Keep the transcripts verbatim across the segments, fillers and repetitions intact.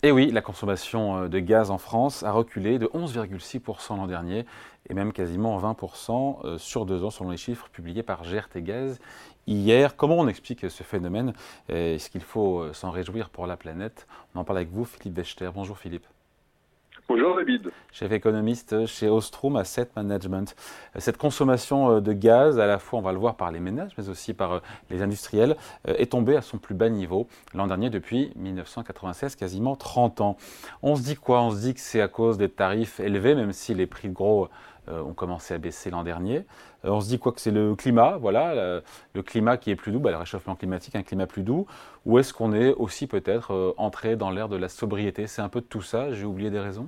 Et oui, la consommation de gaz en France a reculé de onze virgule six pour cent l'an dernier et même quasiment vingt pour cent sur deux ans selon les chiffres publiés par G R T Gaz hier. Comment on explique ce phénomène? Est-ce qu'il faut s'en réjouir pour la planète? On en parle avec vous, Philippe Wechter. Bonjour Philippe. Bonjour David. Chef économiste chez Ostrom Asset Management. Cette consommation de gaz, à la fois on va le voir par les ménages mais aussi par les industriels, est tombée à son plus bas niveau l'an dernier depuis mille neuf cent quatre-vingt-seize, quasiment trente ans. On se dit quoi? On se dit que c'est à cause des tarifs élevés, même si les prix de gros ont commencé à baisser l'an dernier. On se dit quoi? Que c'est le climat, voilà, le climat qui est plus doux, bah, le réchauffement climatique, un climat plus doux. Ou est-ce qu'on est aussi peut-être entré dans l'ère de la sobriété? C'est un peu de tout ça, j'ai oublié des raisons?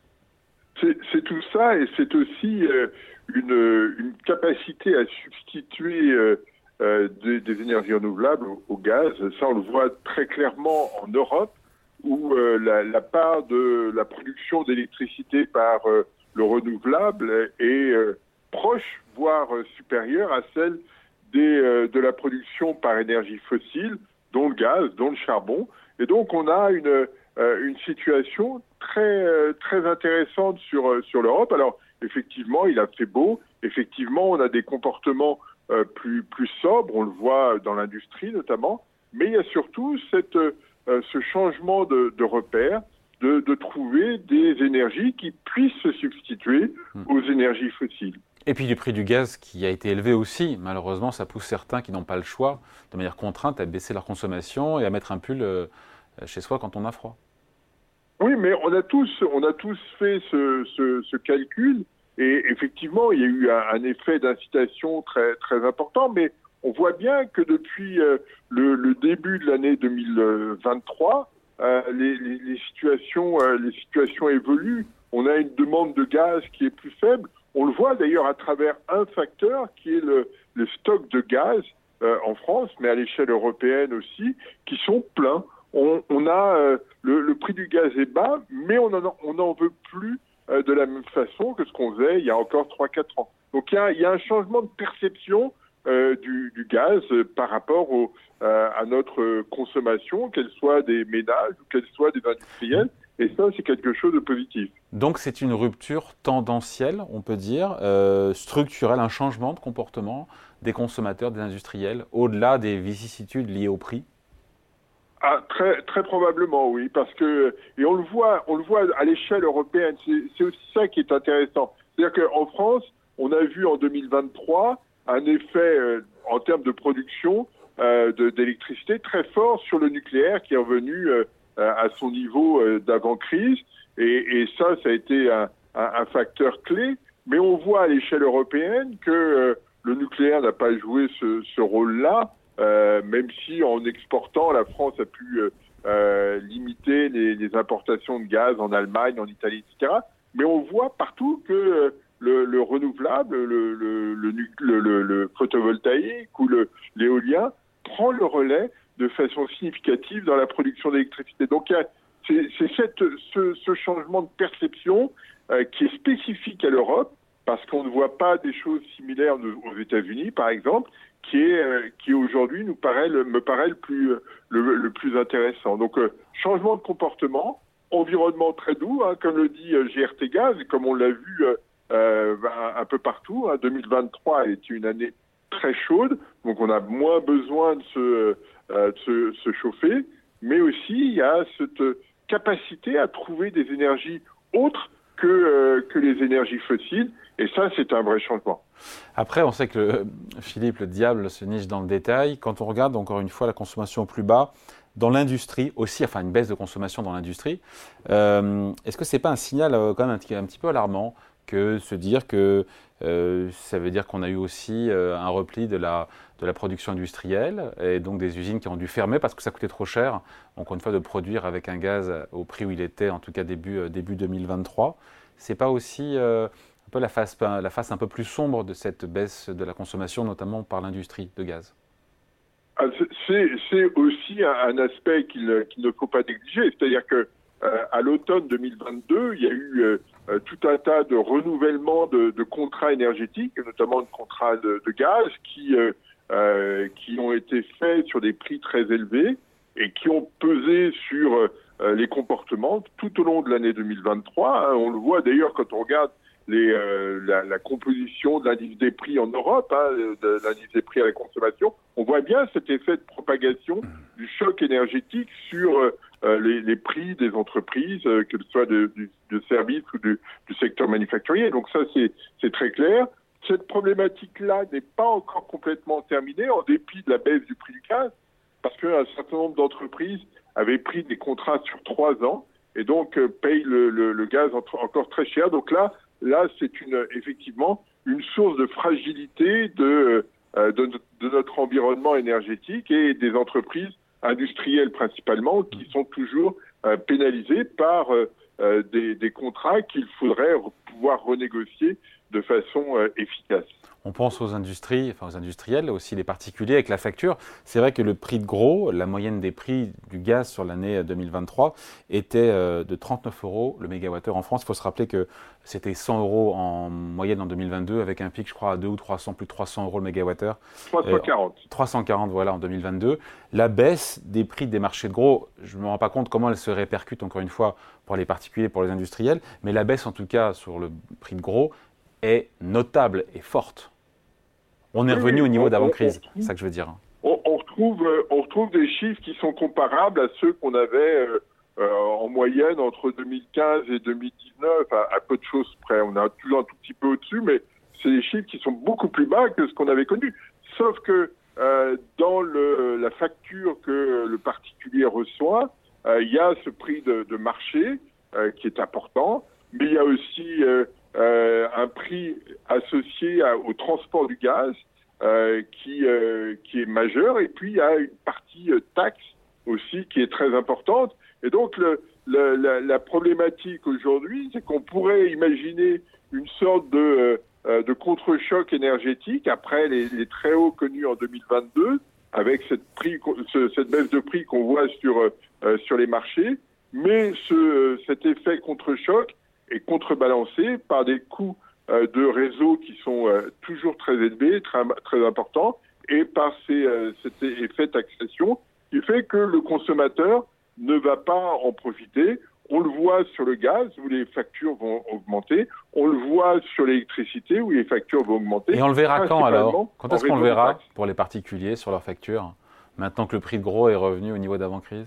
C'est, c'est tout ça, et c'est aussi euh, une, une capacité à substituer euh, euh, des, des énergies renouvelables au, au gaz. Ça, on le voit très clairement en Europe, où euh, la, la part de la production d'électricité par euh, le renouvelable est euh, proche, voire euh, supérieure à celle des, euh, de la production par énergie fossile, dont le gaz, dont le charbon. Et donc, on a une, euh, une situation très euh, très intéressante sur euh, sur l'Europe. Alors effectivement, il a fait beau. Effectivement, on a des comportements euh, plus plus sobres. On le voit dans l'industrie notamment. Mais il y a surtout cette euh, ce changement de, de repère, de, de trouver des énergies qui puissent se substituer aux énergies fossiles. Et puis du prix du gaz qui a été élevé aussi. Malheureusement, ça pousse certains qui n'ont pas le choix, de manière contrainte, à baisser leur consommation et à mettre un pull euh, chez soi quand on a froid. Oui, mais on a tous, on a tous fait ce, ce, ce calcul, et effectivement, il y a eu un, un effet d'incitation très, très important, mais on voit bien que depuis euh, le, le début de l'année deux mille vingt-trois, euh, les, les, les situations, euh, les situations évoluent. On a une demande de gaz qui est plus faible. On le voit d'ailleurs à travers un facteur qui est le, le stock de gaz euh, en France, mais à l'échelle européenne aussi, qui sont pleins. On, on a euh, le, le prix du gaz est bas, mais on n'en on en veut plus euh, de la même façon que ce qu'on faisait il y a encore trois quatre ans. Donc il y a, il y a un changement de perception euh, du, du gaz euh, par rapport au, euh, à notre consommation, qu'elle soit des ménages ou qu'elle soit des industriels. Et ça, c'est quelque chose de positif. Donc c'est une rupture tendancielle, on peut dire, euh, structurelle, un changement de comportement des consommateurs, des industriels, au-delà des vicissitudes liées au prix? Ah, très, très probablement, oui, parce que, et on le voit, on le voit à l'échelle européenne, c'est, c'est aussi ça qui est intéressant. C'est-à-dire qu'en France, on a vu en deux mille vingt-trois un effet, euh, en termes de production euh, de, d'électricité très fort sur le nucléaire qui est revenu euh, à son niveau euh, d'avant-crise, et, et ça, ça a été un, un, un facteur clé, mais on voit à l'échelle européenne que euh, le nucléaire n'a pas joué ce, ce rôle-là. Euh, même si en exportant, la France a pu euh, euh, limiter les, les importations de gaz en Allemagne, en Italie, et cetera. Mais on voit partout que euh, le, le renouvelable, le, le, le, le, le photovoltaïque ou le, l'éolien prend le relais de façon significative dans la production d'électricité. Donc il y a, c'est, c'est cette, ce, ce changement de perception euh, qui est spécifique à l'Europe, parce qu'on ne voit pas des choses similaires aux États-Unis, par exemple, qui est euh, qui aujourd'hui nous paraît le, me paraît le plus le, le plus intéressant. Donc euh, changement de comportement, environnement très doux, hein, comme le dit euh, G R T Gaz, et comme on l'a vu euh, euh, un, un peu partout. Hein, deux mille vingt-trois est une année très chaude, donc on a moins besoin de se, euh, de se, se chauffer, mais aussi il y a cette capacité à trouver des énergies autres que euh, que les énergies fossiles. Et ça, c'est un vrai changement. Après, on sait que, le, Philippe, le diable se niche dans le détail. Quand on regarde, encore une fois, la consommation au plus bas, dans l'industrie aussi, enfin une baisse de consommation dans l'industrie, euh, est-ce que ce n'est pas un signal euh, quand même un, un petit peu alarmant que se dire que euh, ça veut dire qu'on a eu aussi euh, un repli de la, de la production industrielle et donc des usines qui ont dû fermer parce que ça coûtait trop cher, encore une fois, de produire avec un gaz au prix où il était, en tout cas début, euh, début deux mille vingt-trois. C'est pas aussi euh, un peu la face, la face un peu plus sombre de cette baisse de la consommation, notamment par l'industrie de gaz? C'est, c'est aussi un aspect qu'il, qu'il ne faut pas négliger, c'est-à-dire que euh, à l'automne deux mille vingt-deux, il y a eu euh, tout un tas de renouvellements de, de contrats énergétiques, notamment de contrats de, de gaz, qui euh, euh, qui ont été faits sur des prix très élevés et qui ont pesé sur euh, les comportements tout au long de l'année deux mille vingt-trois. Hein. On le voit d'ailleurs quand on regarde les, euh, la, la composition de l'indice des prix en Europe, hein, de l'indice des prix à la consommation. On voit bien cet effet de propagation du choc énergétique sur euh, les, les prix des entreprises, euh, que ce soit de, de, de services ou de, du secteur manufacturier. Donc ça, c'est, c'est très clair. Cette problématique-là n'est pas encore complètement terminée, en dépit de la baisse du prix du gaz, parce qu'un certain nombre d'entreprises avaient pris des contrats sur trois ans et donc euh, payent le, le, le gaz entre, encore très cher. Donc là, là, c'est une, effectivement une source de fragilité de, euh, de, de notre environnement énergétique et des entreprises industrielles principalement qui sont toujours euh, pénalisées par euh, euh, des, des contrats qu'il faudrait pouvoir renégocier de façon euh, efficace. On pense aux industries, enfin aux industriels, aussi les particuliers avec la facture. C'est vrai que le prix de gros, la moyenne des prix du gaz sur l'année deux mille vingt-trois était de trente-neuf euros le mégawattheure en France. Il faut se rappeler que c'était cent euros en moyenne en deux mille vingt-deux, avec un pic, je crois, à deux ou trois cents, plus de trois cents euros le mégawattheure. trois cent quarante. Euh, trois cent quarante, voilà, en deux mille vingt-deux. La baisse des prix des marchés de gros, je ne me rends pas compte comment elle se répercute, encore une fois, pour les particuliers, pour les industriels, mais la baisse, en tout cas, sur le prix de gros, est notable et forte. On est revenu oui, au niveau d'avant-crise, c'est ça que je veux dire. On, on, retrouve, on retrouve des chiffres qui sont comparables à ceux qu'on avait euh, euh, en moyenne entre deux mille quinze et deux mille dix-neuf, à, à peu de choses près. On a toujours un tout petit peu au-dessus, mais c'est des chiffres qui sont beaucoup plus bas que ce qu'on avait connu. Sauf que euh, dans le, la facture que le particulier reçoit, euh, il y a ce prix de, de marché euh, qui est important, mais il y a aussi... Euh, Euh, un prix associé à, au transport du gaz euh, qui, euh, qui est majeur, et puis il y a une partie euh, taxe aussi qui est très importante. Et donc le, le, la, la problématique aujourd'hui, c'est qu'on pourrait imaginer une sorte de, euh, de contre-choc énergétique après les, les très hauts connus en deux mille vingt-deux, avec cette, prix, ce, cette baisse de prix qu'on voit sur, euh, sur les marchés, mais ce, cet effet contre-choc est contrebalancé par des coûts euh, de réseau qui sont euh, toujours très élevés, très, très importants, et par ces, euh, cet effet de taxation qui fait que le consommateur ne va pas en profiter. On le voit sur le gaz où les factures vont augmenter, on le voit sur l'électricité où les factures vont augmenter. Et on le verra quand alors? Quand est-ce qu'on le verra pour les particuliers sur leurs factures, maintenant que le prix de gros est revenu au niveau d'avant-crise?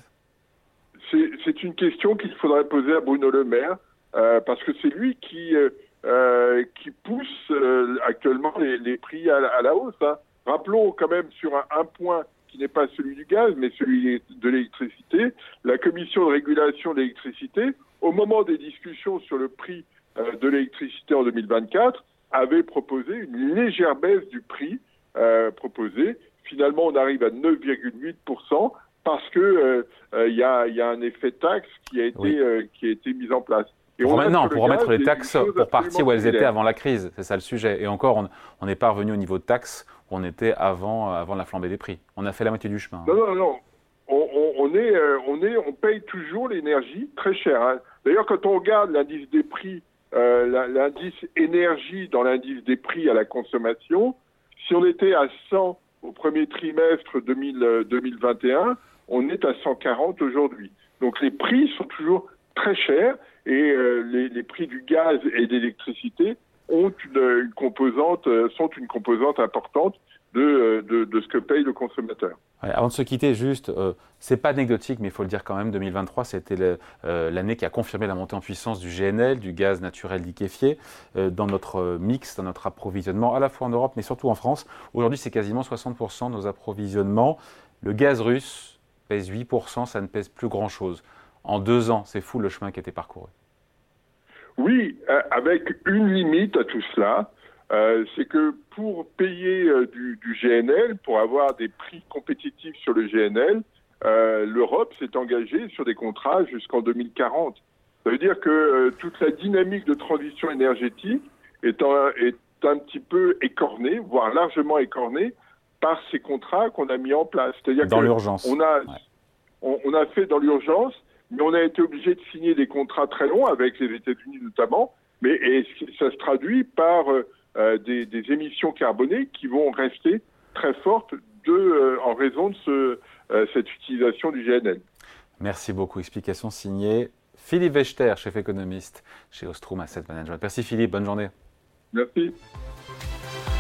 C'est, c'est une question qu'il faudrait poser à Bruno Le Maire. Euh, parce que c'est lui qui, euh, euh, qui pousse euh, actuellement les, les prix à la, à la hausse. Hein. Rappelons quand même sur un, un point qui n'est pas celui du gaz, mais celui de l'électricité, la Commission de régulation de l'électricité, au moment des discussions sur le prix euh, de l'électricité en deux mille vingt-quatre, avait proposé une légère baisse du prix euh, proposé. Finalement, on arrive à neuf virgule huit pour cent parce que euh, euh, y a, y a un effet taxe qui a été, oui. euh, qui a été mis en place. Et pour maintenant, pour remettre les taxes pour partir où elles étaient avant la crise, c'est ça le sujet. Et encore, on n'est pas revenu au niveau de taxes où on était avant, avant la flambée des prix. On a fait la moitié du chemin. Non, non, non. On, on, on, est, euh, on, est, on paye toujours l'énergie très cher. Hein. D'ailleurs, quand on regarde l'indice des prix, euh, l'indice énergie dans l'indice des prix à la consommation, si on était à cent au premier trimestre deux mille vingt et un, on est à cent quarante aujourd'hui. Donc les prix sont toujours très chers. Et euh, les, les prix du gaz et de l'électricité ont une, une composante, euh, sont une composante importante de, de, de ce que paye le consommateur. Ouais, avant de se quitter, juste, euh, c'est pas anecdotique, mais il faut le dire quand même, deux mille vingt-trois, c'était le, euh, l'année qui a confirmé la montée en puissance du G N L, du gaz naturel liquéfié, euh, dans notre mix, dans notre approvisionnement, à la fois en Europe, mais surtout en France. Aujourd'hui, c'est quasiment soixante pour cent de nos approvisionnements. Le gaz russe pèse huit pour cent, ça ne pèse plus grand-chose. En deux ans, c'est fou le chemin qui a été parcouru. Oui, euh, avec une limite à tout cela, euh, c'est que pour payer euh, du, du G N L, pour avoir des prix compétitifs sur le G N L, euh, l'Europe s'est engagée sur des contrats jusqu'en deux mille quarante. Ça veut dire que euh, toute la dynamique de transition énergétique est un, est un petit peu écornée, voire largement écornée, par ces contrats qu'on a mis en place. C'est-à-dire dans l'urgence. On a, ouais. on, on a fait dans l'urgence, mais on a été obligé de signer des contrats très longs avec les États-Unis notamment, mais et ça se traduit par euh, des, des émissions carbonées qui vont rester très fortes de, euh, en raison de ce, euh, cette utilisation du G N L. Merci beaucoup. Explication signée Philippe Wechter, chef économiste chez Ostrom Asset Management. Merci Philippe, bonne journée. Merci.